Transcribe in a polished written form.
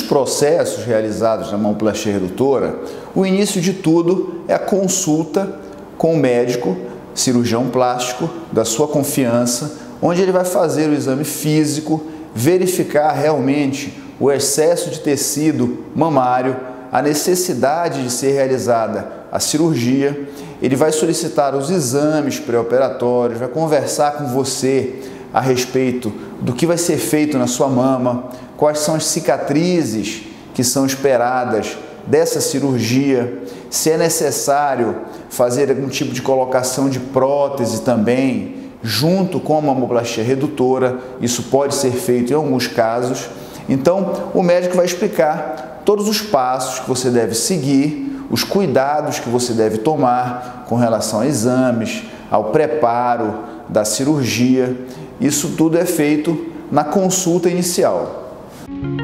processos realizados na mamoplastia redutora, o início de tudo é a consulta com o médico, cirurgião plástico da sua confiança, onde ele vai fazer o exame físico, verificar realmente o excesso de tecido mamário, a necessidade de ser realizada a cirurgia. Ele vai solicitar os exames pré-operatórios, vai conversar com você a respeito do que vai ser feito na sua mama, quais são as cicatrizes que são esperadas dessa cirurgia, se é necessário fazer algum tipo de colocação de prótese também, junto com a mamoplastia redutora. Isso pode ser feito em alguns casos. Então, o médico vai explicar todos os passos que você deve seguir, os cuidados que você deve tomar com relação a exames, ao preparo da cirurgia. Isso tudo é feito na consulta inicial.